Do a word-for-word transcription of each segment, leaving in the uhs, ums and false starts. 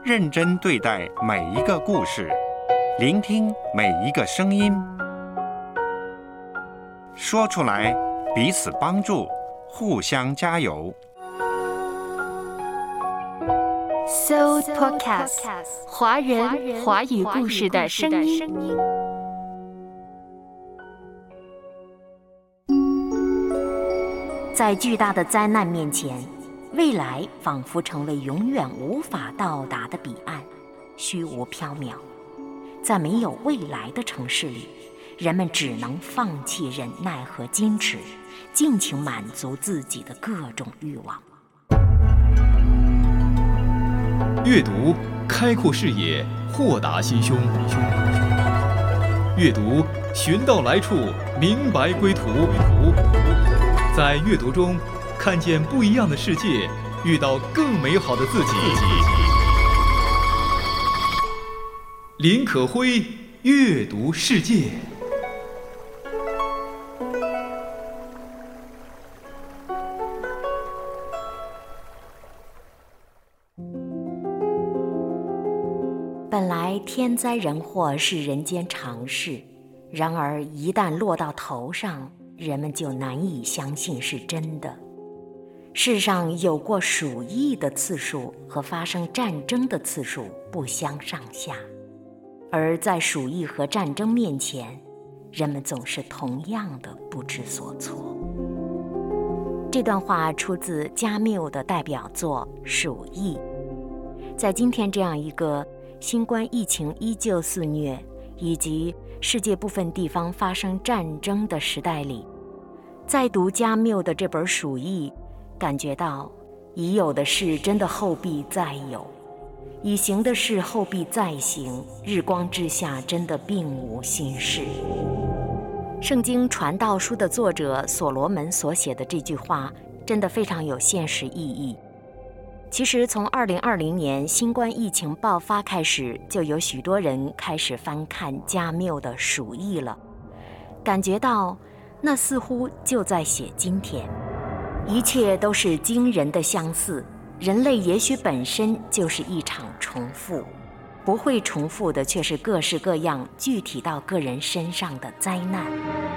认真对待每一个故事，聆听每一个声音，说出来，彼此帮助，互相加油。 So Podcast 华人华语故事的声音。 在巨大的灾难面前，未来仿佛成了永远无法到达的彼岸，虚无缥缈。在没有未来的城市里，人们只能放弃忍耐和矜持，尽情满足自己的各种欲望。 阅读开阔视野，豁达心胸。阅读寻到来处，明白归途。在阅读中看见不一样的世界，遇到更美好的自己。林可辉阅读世界。 本来天灾人祸是人间常事，然而一旦落到头上，人们就难以相信是真的。世上有过鼠疫的次数和发生战争的次数不相上下，而在鼠疫和战争面前，人们总是同样的不知所措。这段话出自加缪的代表作《鼠疫》。在今天这样一个新冠疫情依旧肆虐，以及世界部分地方发生战争的时代里，再读加缪的这本《鼠疫》，感觉到已有的事真的后必再有，已行的事后必再行，日光之下真的并无新事。圣经传道书的作者所罗门所写的这句话真的非常有现实意义。其实从二零二零年新冠疫情爆发开始，就有许多人开始翻看加缪的《鼠疫》了，感觉到那似乎就在写今天，一切都是惊人的相似。人类也许本身就是一场重复，不会重复的却是各式各样具体到个人身上的灾难。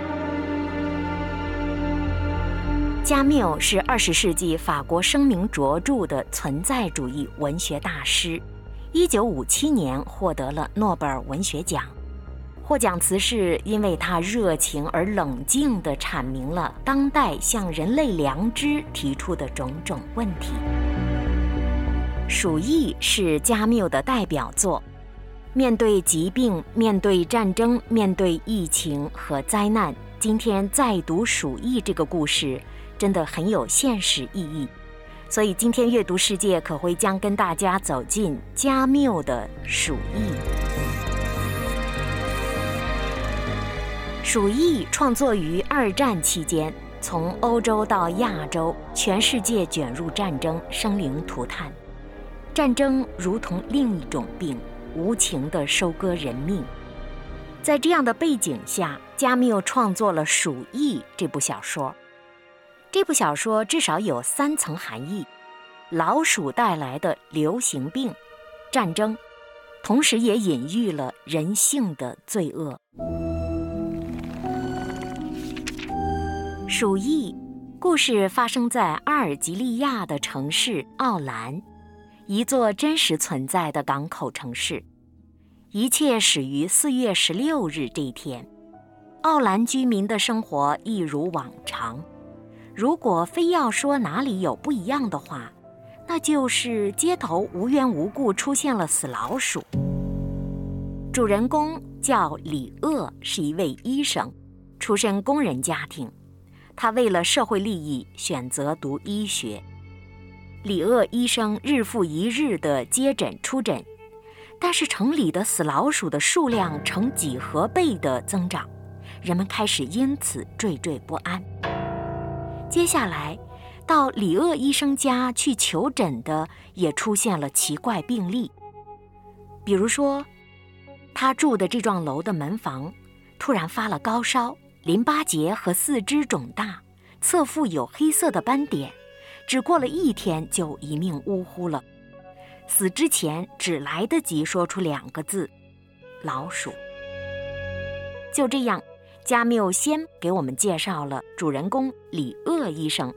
加缪是二十世纪法国声名卓著的存在主义文学大师，一九五七年获得了诺贝尔文学奖。获奖词是因为他热情而冷静地阐明了当代向人类良知提出的种种问题。《鼠疫》是加缪的代表作，面对疾病，面对战争，面对疫情和灾难，今天再读《鼠疫》这个故事真的很有现实意义，所以今天阅读世界可会将跟大家走进加缪的《鼠疫》。《鼠疫》创作于二战期间，从欧洲到亚洲，全世界卷入战争，生灵涂炭。战争如同另一种病，无情地收割人命。在这样的背景下，加缪创作了《鼠疫》这部小说。这部小说至少有三层含义：老鼠带来的流行病、战争，同时也隐喻了人性的罪恶。鼠疫故事发生在阿尔及利亚的城市奥兰，一座真实存在的港口城市。一切始于四月十六日这一天，奥兰居民的生活一如往常。如果非要说哪里有不一样的话，那就是街头无缘无故出现了死老鼠。主人公叫李鄂，是一位医生，出身工人家庭。他为了社会利益选择读医学。李鄂医生日复一日地接诊出诊，但是城里的死老鼠的数量呈几何倍的增长，人们开始因此惴惴不安。接下来到李鄂医生家去求诊的也出现了奇怪病例，比如说他住的这幢楼的门房突然发了高烧，淋巴结和四肢肿大，侧腹有黑色的斑点，只过了一天就一命呜呼了。 死之前只来得及说出两个字：老鼠。就这样，加缪先给我们介绍了主人公李鄂医生。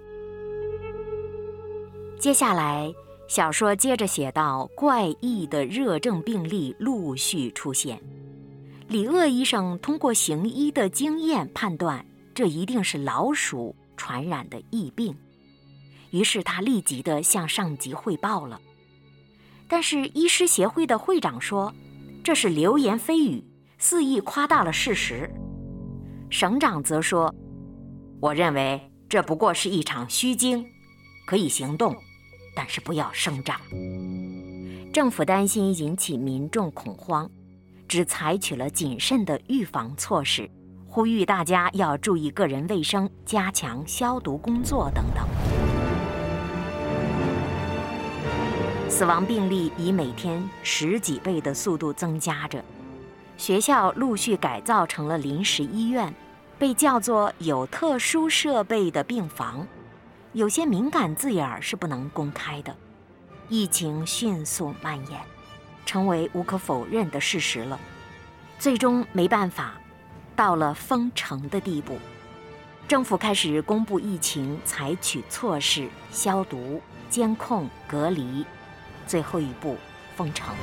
接下来，小说接着写到，怪异的热症病例陆续出现。李鄂医生通过行医的经验判断，这一定是老鼠传染的疫病，于是他立即地向上级汇报了。但是医师协会的会长说，这是流言蜚语，肆意夸大了事实。省长则说，我认为这不过是一场虚惊，可以行动，但是不要声张。政府担心引起民众恐慌，只采取了谨慎的预防措施，呼吁大家要注意个人卫生，加强消毒工作等等。死亡病例以每天十几倍的速度增加着，学校陆续改造成了临时医院，被叫做有特殊设备的病房。有些敏感字眼是不能公开的。疫情迅速蔓延，成为无可否认的事实了。最终没办法，到了封城的地步。政府开始公布疫情采取措施，消毒、监控、隔离，最后一步，封城。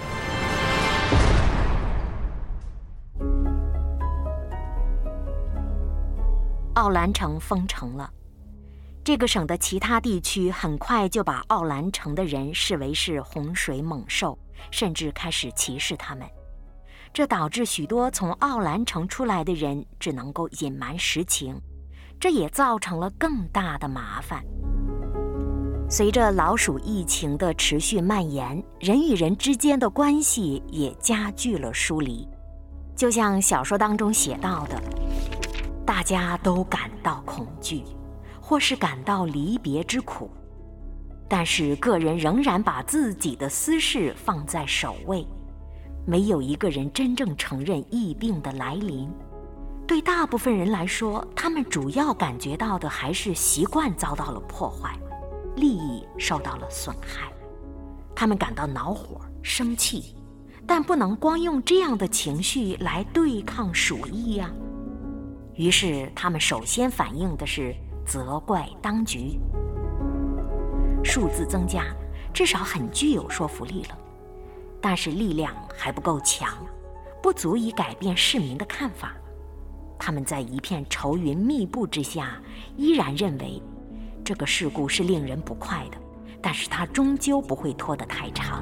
奥兰城封城了。这个省的其他地区很快就把奥兰城的人视为是洪水猛兽，甚至开始歧视他们。这导致许多从奥兰城出来的人只能够隐瞒实情，这也造成了更大的麻烦。随着老鼠疫情的持续蔓延，人与人之间的关系也加剧了疏离。就像小说当中写到的，大家都感到恐惧，或是感到离别之苦，但是个人仍然把自己的私事放在首位，没有一个人真正承认疫病的来临。对大部分人来说，他们主要感觉到的还是习惯遭到了破坏，利益受到了损害。他们感到恼火、生气，但不能光用这样的情绪来对抗鼠疫呀。于是他们首先反映的是责怪当局。数字增加，至少很具有说服力了，但是力量还不够强，不足以改变市民的看法。他们在一片愁云密布之下，依然认为这个事故是令人不快的，但是它终究不会拖得太长。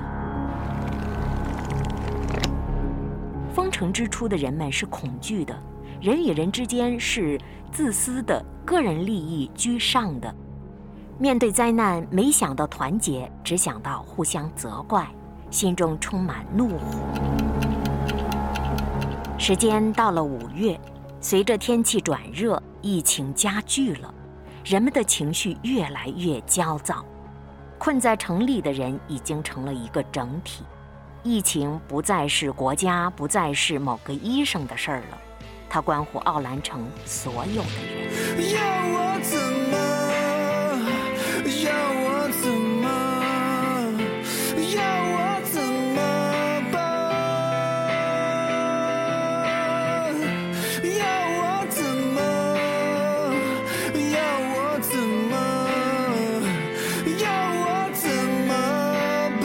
封城之初的人们是恐惧的，人与人之间是自私的，个人利益居上的。面对灾难，没想到团结，只想到互相责怪，心中充满怒火。时间到了五月，随着天气转热，疫情加剧了，人们的情绪越来越焦躁。困在城里的人已经成了一个整体，疫情不再是国家，不再是某个医生的事儿了，它关乎奥兰城所有的人。 要我怎么？要我怎么？要我怎么办？要我怎么？要我怎么？要我怎么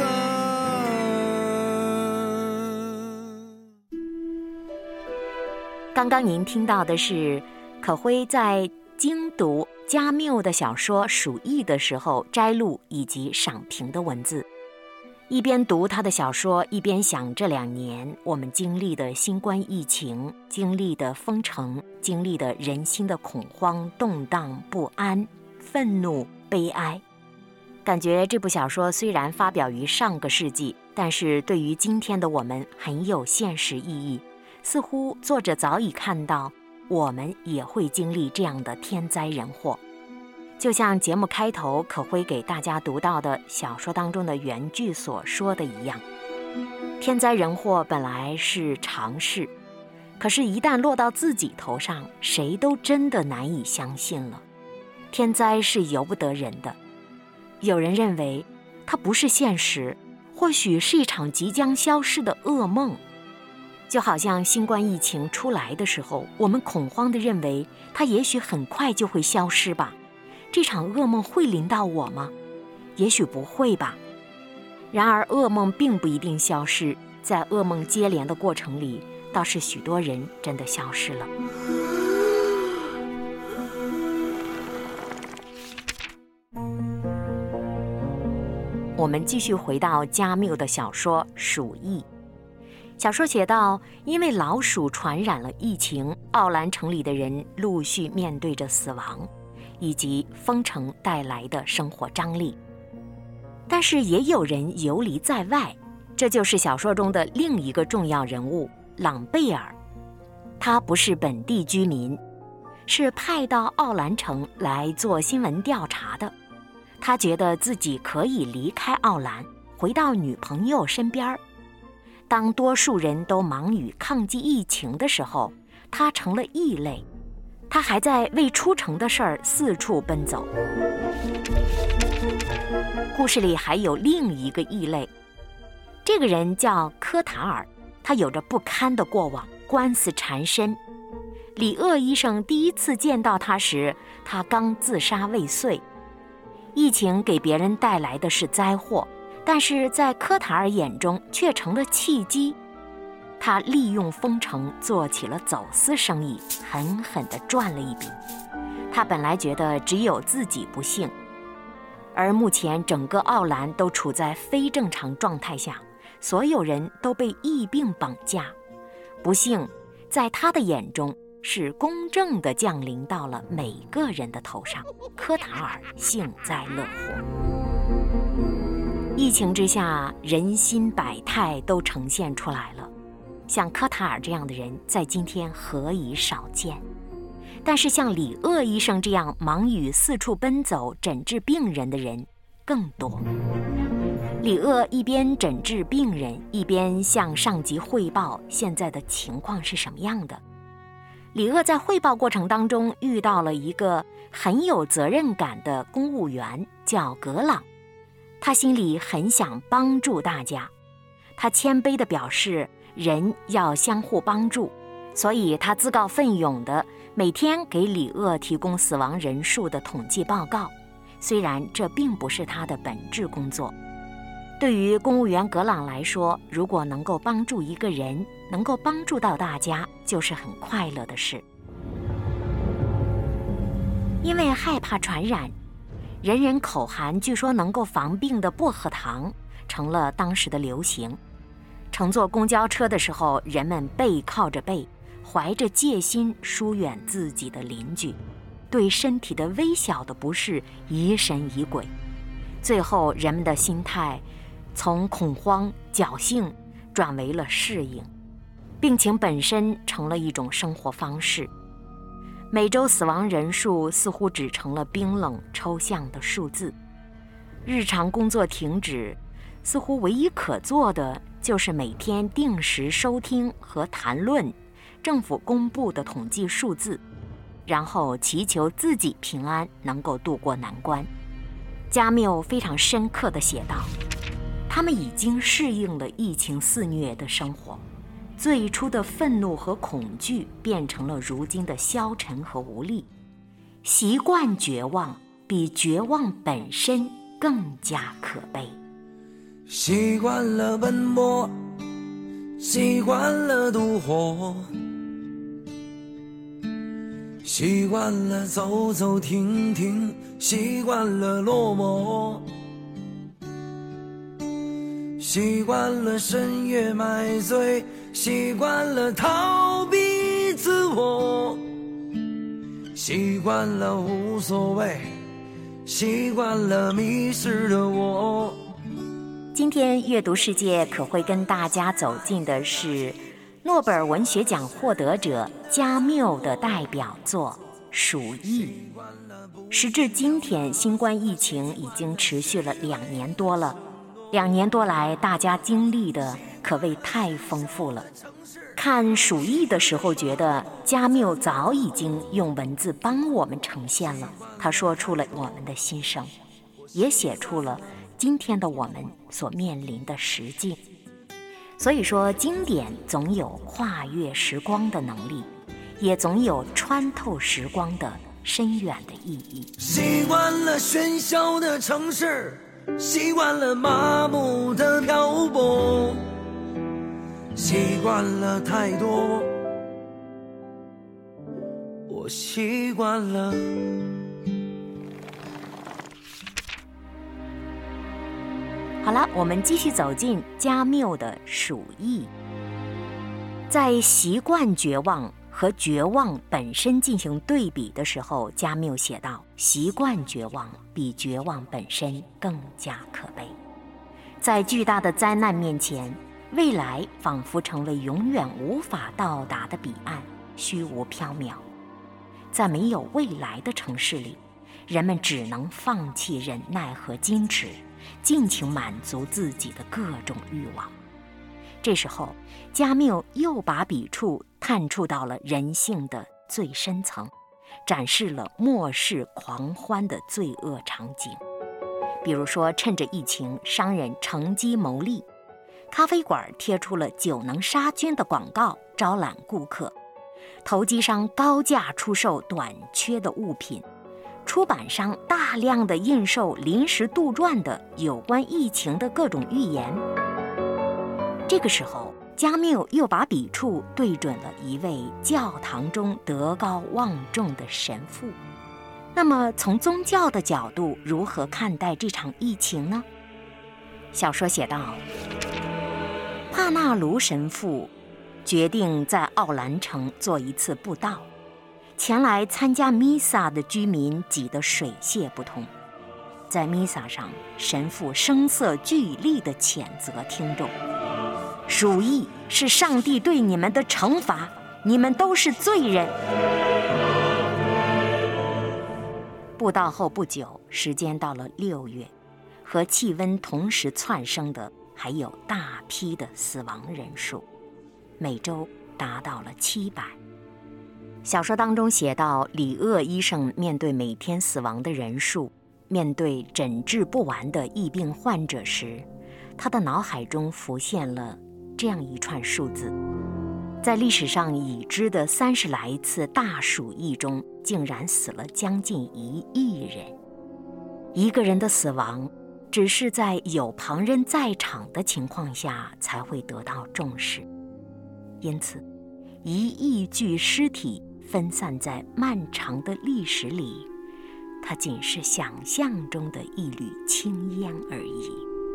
办？刚刚您听到的是可辉在精读加缪的小说《鼠疫》的时候摘录以及赏评的文字。一边读他的小说，一边想这两年我们经历的新冠疫情，经历的封城，经历的人心的恐慌、动荡、不安、愤怒、悲哀。感觉这部小说虽然发表于上个世纪，但是对于今天的我们很有现实意义。似乎作者早已看到我们也会经历这样的天灾人祸。就像节目开头可辉给大家读到的小说当中的原句所说的一样，天灾人祸本来是常事，可是一旦落到自己头上，谁都真的难以相信了。天灾是由不得人的，有人认为它不是现实， 或许是一场即将消失的噩梦。就好像新冠疫情出来的时候，我们恐慌地认为它也许很快就会消失吧。这场噩梦会临到我吗？也许不会吧。然而噩梦并不一定消失，在噩梦接连的过程里，倒是许多人真的消失了。我们继续回到加缪的小说《鼠疫》。小说写道，因为老鼠传染了疫情，奥兰城里的人陆续面对着死亡，以及封城带来的生活张力。但是也有人游离在外，这就是小说中的另一个重要人物朗贝尔。他不是本地居民，是派到奥兰城来做新闻调查的。他觉得自己可以离开奥兰，回到女朋友身边。当多数人都忙于抗击疫情的时候，他成了异类。他还在为出城的事儿四处奔走。故事里还有另一个异类，这个人叫科塔尔，他有着不堪的过往，官司缠身。李厄医生第一次见到他时，他刚自杀未遂。疫情给别人带来的是灾祸，但是在科塔尔眼中却成了契机。他利用封城做起了走私生意，狠狠地赚了一笔。他本来觉得只有自己不幸，而目前整个奥兰都处在非正常状态下，所有人都被疫病绑架。不幸在他的眼中是公正地降临到了每个人的头上。科塔尔幸灾乐祸。疫情之下，人心百态都呈现出来了。像科塔尔这样的人在今天何以少见，但是像李厄医生这样忙于四处奔走诊治病人的人更多。李厄一边诊治病人，一边向上级汇报现在的情况是什么样的。李厄在汇报过程当中遇到了一个很有责任感的公务员，叫格朗。他心里很想帮助大家，他谦卑地表示人要相互帮助，所以他自告奋勇地每天给李厄提供死亡人数的统计报告，虽然这并不是他的本质工作。对于公务员格朗来说，如果能够帮助一个人，能够帮助到大家，就是很快乐的事。因为害怕传染，人人口含据说能够防病的薄荷糖成了当时的流行。乘坐公交车的时候，人们背靠着背，怀着戒心疏远自己的邻居，对身体的微小的不适疑神疑鬼。最后人们的心态从恐慌侥幸转为了适应，病情本身成了一种生活方式。每周死亡人数似乎只成了冰冷抽象的数字，日常工作停止，似乎唯一可做的就是每天定时收听和谈论政府公布的统计数字，然后祈求自己平安，能够度过难关。加缪非常深刻地写道，他们已经适应了疫情肆虐的生活，最初的愤怒和恐惧变成了如今的消沉和无力。习惯绝望比绝望本身更加可悲。 习惯了奔波，习惯了独活，习惯了走走停停，习惯了落寞，习惯了深夜买醉，习惯了逃避自我，习惯了无所谓，习惯了迷失的我。 今天阅读世界可会跟大家走进的是诺贝尔文学奖获得者加缪的代表作《鼠疫》。时至今天，新冠疫情已经持续了两年多了。两年多来，大家经历的可谓太丰富了。看《鼠疫》的时候，觉得加缪早已经用文字帮我们呈现了，他说出了我们的心声，也写出了今天的我们所面临的实境。所以说，经典总有跨越时光的能力，也总有穿透时光的深远的意义。 习惯了喧嚣的城市，习惯了麻木的漂泊，习惯了太多，我习惯了。 好了，我们继续走进加缪的鼠疫。在习惯绝望和绝望本身进行对比的时候，加缪写道：习惯绝望比绝望本身更加可悲。在巨大的灾难面前，未来仿佛成为永远无法到达的彼岸，虚无缥缈。在没有未来的城市里，人们只能放弃忍耐和矜持，尽情满足自己的各种欲望。这时候，加缪又把笔触探触到了人性的最深层，展示了末世狂欢的罪恶场景。比如说，趁着疫情，商人乘机牟利，咖啡馆贴出了酒能杀菌的广告，招揽顾客；投机商高价出售短缺的物品；出版商大量的印售临时杜撰的有关疫情的各种预言。这个时候，加缪又把笔触对准了一位教堂中德高望重的神父。那么从宗教的角度，如何看待这场疫情呢？小说写道：帕纳卢神父决定在奥兰城做一次布道，前来参加弥撒的居民挤得水泄不通。在弥撒上，神父声色俱厉地谴责听众：鼠疫是上帝对你们的惩罚，你们都是罪人。布道后不久，时间到了六月，和气温同时窜升的还有大批的死亡人数，每周达到了七百。小说当中写到，李鄂医生面对每天死亡的人数，面对诊治不完的疫病患者时，他的脑海中浮现了这样一串数字：在历史上已知的三十来次大鼠疫中，竟然死了将近一亿人。一个人的死亡，只是在有旁人在场的情况下才会得到重视，因此，一亿具尸体分散在漫长的历史里，它仅是想象中的一缕青烟而已。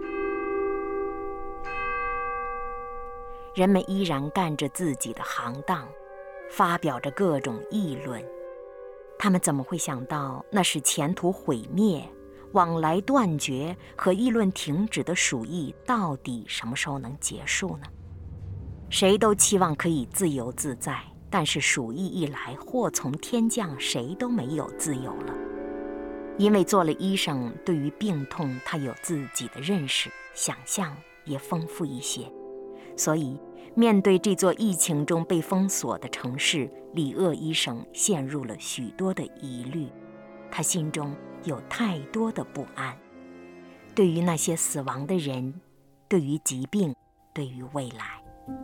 人们依然干着自己的行当，发表着各种议论。他们怎么会想到那是前途毁灭、往来断绝和议论停止的鼠疫到底什么时候能结束呢？谁都期望可以自由自在，但是鼠疫一来，祸从天降，谁都没有自由了。因为做了医生，对于病痛他有自己的认识，想象也丰富一些，所以面对这座疫情中被封锁的城市，李鄂医生陷入了许多的疑虑，他心中有太多的不安，对于那些死亡的人，对于疾病，对于未来。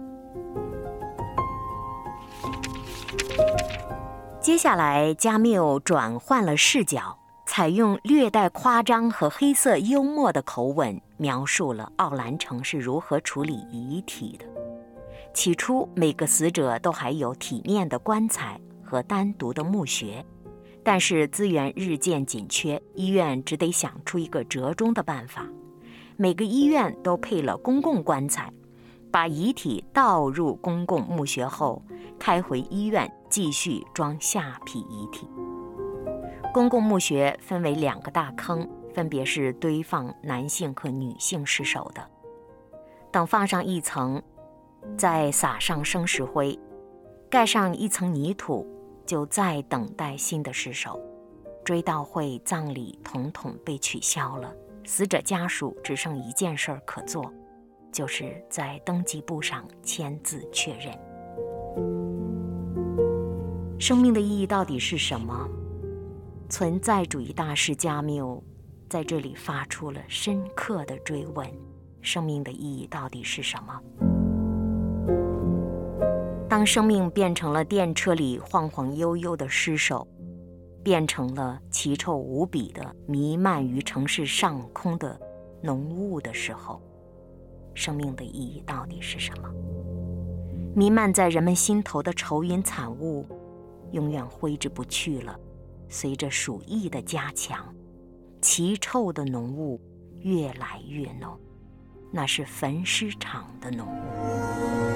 接下来，加缪转换了视角，采用略带夸张和黑色幽默的口吻，描述了奥兰城是如何处理遗体的。起初，每个死者都还有体面的棺材和单独的墓穴，但是资源日渐紧缺，医院只得想出一个折中的办法。每个医院都配了公共棺材，把遗体倒入公共墓穴后，开回医院继续装下批遗体。公共墓穴分为两个大坑，分别是堆放男性和女性尸首的。等放上一层，再撒上生石灰，盖上一层泥土，就再等待新的尸首。追悼会、葬礼统统被取消了，死者家属只剩一件事可做，就是在登记簿上签字确认。生命的意义到底是什么？存在主义大师加缪在这里发出了深刻的追问：生命的意义到底是什么？当生命变成了电车里晃晃悠悠的尸首，变成了奇臭无比的弥漫于城市上空的浓雾的时候，生命的意义到底是什么？弥漫在人们心头的愁云惨雾永远挥之不去了，随着鼠疫的加强，奇臭的浓雾越来越浓，那是焚尸场的浓雾。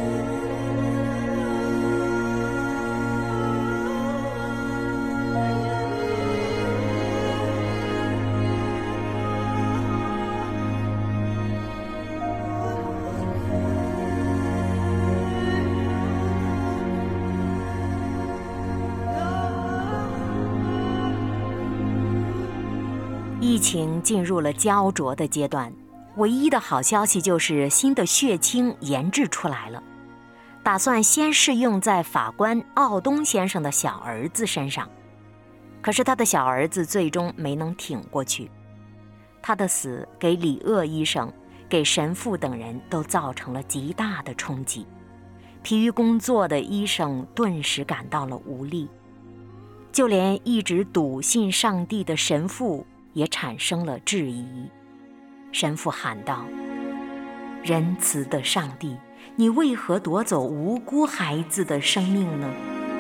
疫情进入了焦灼的阶段，唯一的好消息就是新的血清研制出来了，打算先试用在法官奥东先生的小儿子身上。可是他的小儿子最终没能挺过去，他的死给李鄂医生、给神父等人都造成了极大的冲击，疲于工作的医生顿时感到了无力，就连一直笃信上帝的神父也产生了质疑。神父喊道：仁慈的上帝，你为何夺走无辜孩子的生命呢？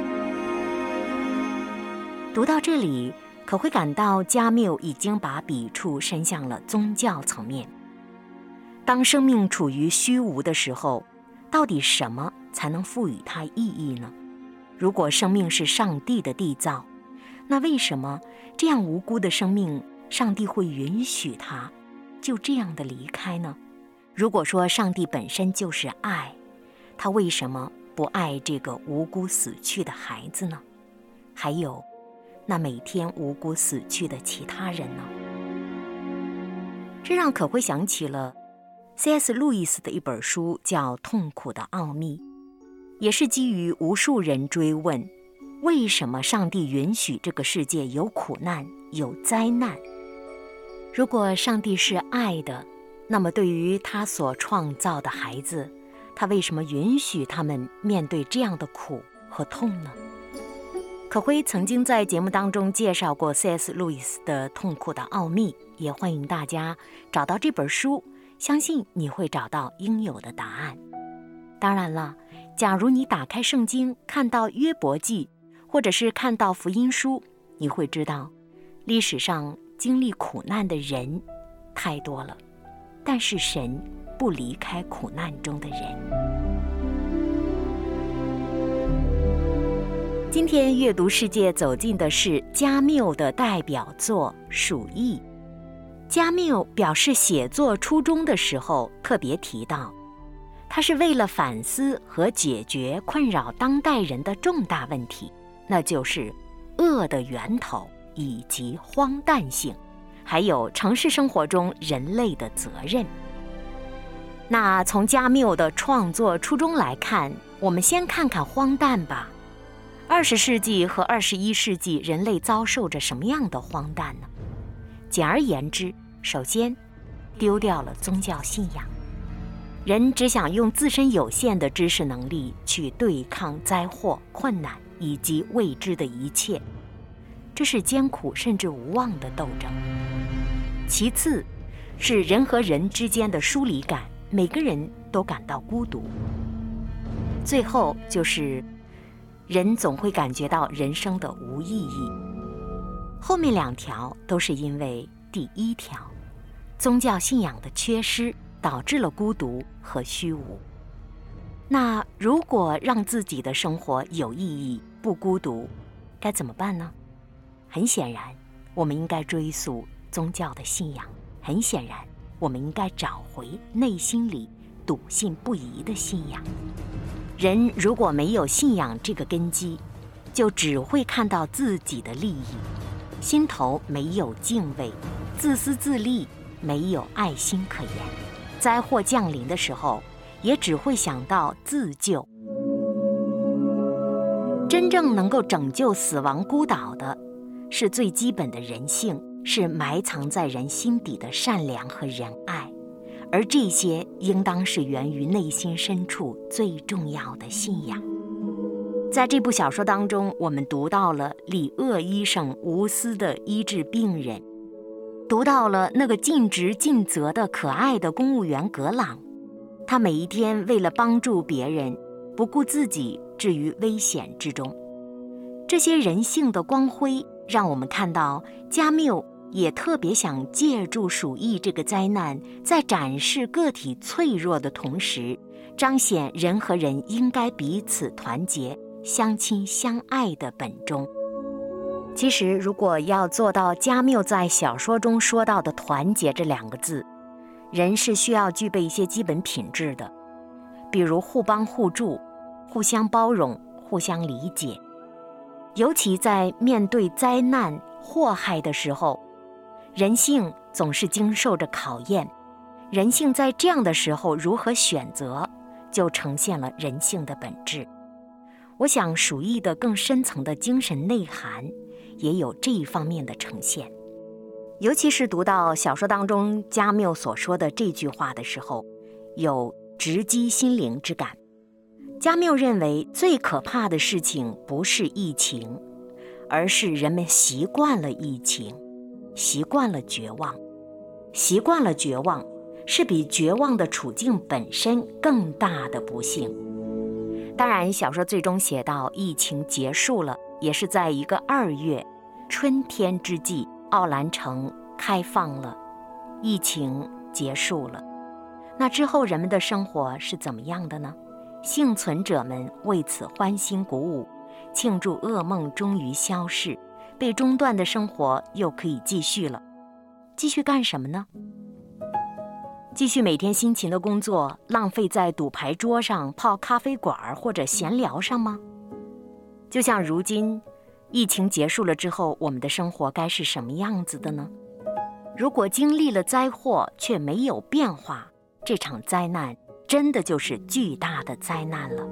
读到这里，可会感到加缪已经把笔触伸向了宗教层面。当生命处于虚无的时候，到底什么才能赋予它意义呢？如果生命是上帝的缔造，那为什么这样无辜的生命上帝会允许他就这样的离开呢？如果说上帝本身就是爱，他为什么不爱这个无辜死去的孩子呢？还有那每天无辜死去的其他人呢？这让可会想起了 C S 路易斯的一本书，叫《痛苦的奥秘》，也是基于无数人追问为什么上帝允许这个世界有苦难有灾难。如果上帝是爱的，那么对于他所创造的孩子，他为什么允许他们面对这样的苦和痛呢？可辉曾经在节目当中介绍过 C S 路易斯的《痛苦的奥秘》，也欢迎大家找到这本书，相信你会找到应有的答案。当然了，假如你打开圣经看到约伯记，或者是看到福音书，你会知道历史上经历苦难的人太多了，但是神不离开苦难中的人。今天阅读世界走进的是加缪的代表作《鼠疫》。加缪表示写作初衷的时候特别提到，他是为了反思和解决困扰当代人的重大问题，那就是恶的源头以及荒诞性，还有城市生活中人类的责任。那从加缪的创作初衷来看，我们先看看荒诞吧。二十世纪和二十一世纪人类遭受着什么样的荒诞呢？简而言之，首先丢掉了宗教信仰，人只想用自身有限的知识能力去对抗灾祸、困难以及未知的一切，这是艰苦甚至无望的斗争。其次是人和人之间的疏离感，每个人都感到孤独。最后就是人总会感觉到人生的无意义。后面两条都是因为第一条，宗教信仰的缺失导致了孤独和虚无。那如果让自己的生活有意义、不孤独，该怎么办呢？很显然，我们应该追溯宗教的信仰。很显然，我们应该找回内心里笃信不疑的信仰。人如果没有信仰这个根基，就只会看到自己的利益，心头没有敬畏，自私自利，没有爱心可言。灾祸降临的时候，也只会想到自救。真正能够拯救死亡孤岛的，是最基本的人性， 是埋藏在人心底的善良和仁爱，而这些应当是源于内心深处最重要的信仰。在这部小说当中，我们读到了李鄂医生无私的医治病人，读到了那个尽职尽责的可爱的公务员格朗，他每一天为了帮助别人，不顾自己置于危险之中。这些人性的光辉让我们看到加缪也特别想借助鼠疫这个灾难，在展示个体脆弱的同时，彰显人和人应该彼此团结、相亲相爱的本衷。其实如果要做到加缪在小说中说到的团结这两个字，人是需要具备一些基本品质的，比如互帮互助、互相包容、互相理解。尤其在面对灾难祸害的时候，人性总是经受着考验，人性在这样的时候如何选择，就呈现了人性的本质。我想鼠疫的更深层的精神内涵也有这一方面的呈现。尤其是读到小说当中加缪所说的这句话的时候，有直击心灵之感。加缪认为最可怕的事情不是疫情，而是人们习惯了疫情，习惯了绝望。习惯了绝望是比绝望的处境本身更大的不幸。当然小说最终写到疫情结束了，也是在一个二月春天之际，奥兰城开放了，疫情结束了。那之后人们的生活是怎么样的呢？幸存者们为此欢欣鼓舞，庆祝噩梦终于消逝，被中断的生活又可以继续了。继续干什么呢？继续每天辛勤的工作，浪费在赌牌桌上、泡咖啡馆或者闲聊上吗？就像如今疫情结束了之后，我们的生活该是什么样子的呢？如果经历了灾祸却没有变化，这场灾难真的就是巨大的灾难了。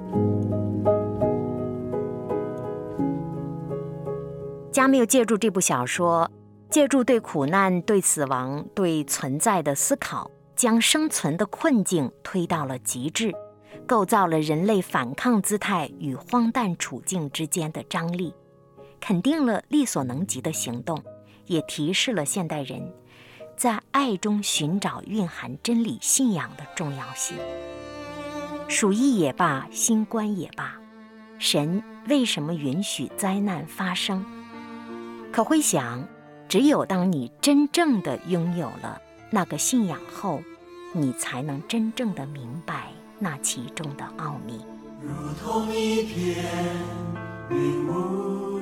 加缪借助这部小说，借助对苦难、对死亡、对存在的思考，将生存的困境推到了极致，构造了人类反抗姿态与荒诞处境之间的张力，肯定了力所能及的行动，也提示了现代人在爱中寻找蕴含真理信仰的重要性。鼠疫也罢，新冠也罢，神为什么允许灾难发生？可会想，只有当你真正的拥有了那个信仰后，你才能真正的明白那其中的奥秘。 如同一片云雾，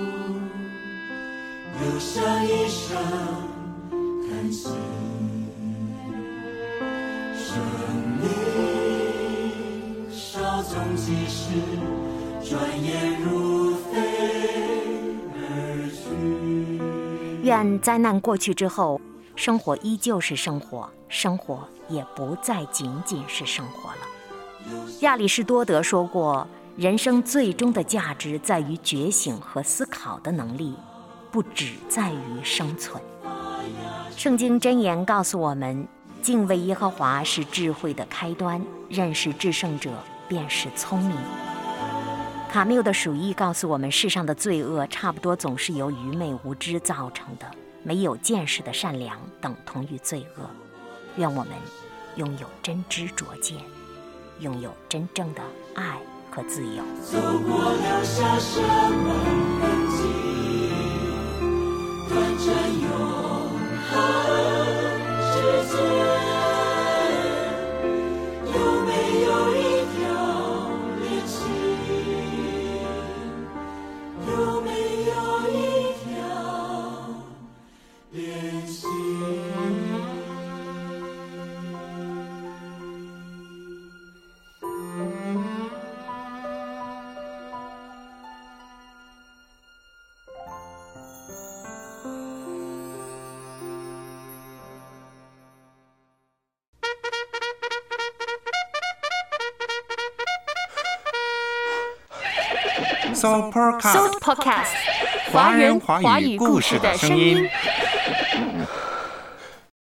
又像一声叹息，生命稍纵即逝，转眼如飞而去。 愿灾难过去之后，生活依旧是生活，生活也不再仅仅是生活了。亚里士多德说过，人生最终的价值在于觉醒和思考的能力，不只在于生存。圣经箴言告诉我们，敬畏耶和华是智慧的开端，认识至圣者便是聪明。卡缪的鼠疫告诉我们，世上的罪恶差不多总是由愚昧无知造成的，没有见识的善良等同于罪恶。愿我们拥有真知灼见，拥有真正的爱和自由。 走过留下什么痕迹，短暂永恒之间，有没有一条联系？有没有一条联系？ So Podcast， So Podcast， 华人华语故事的声音。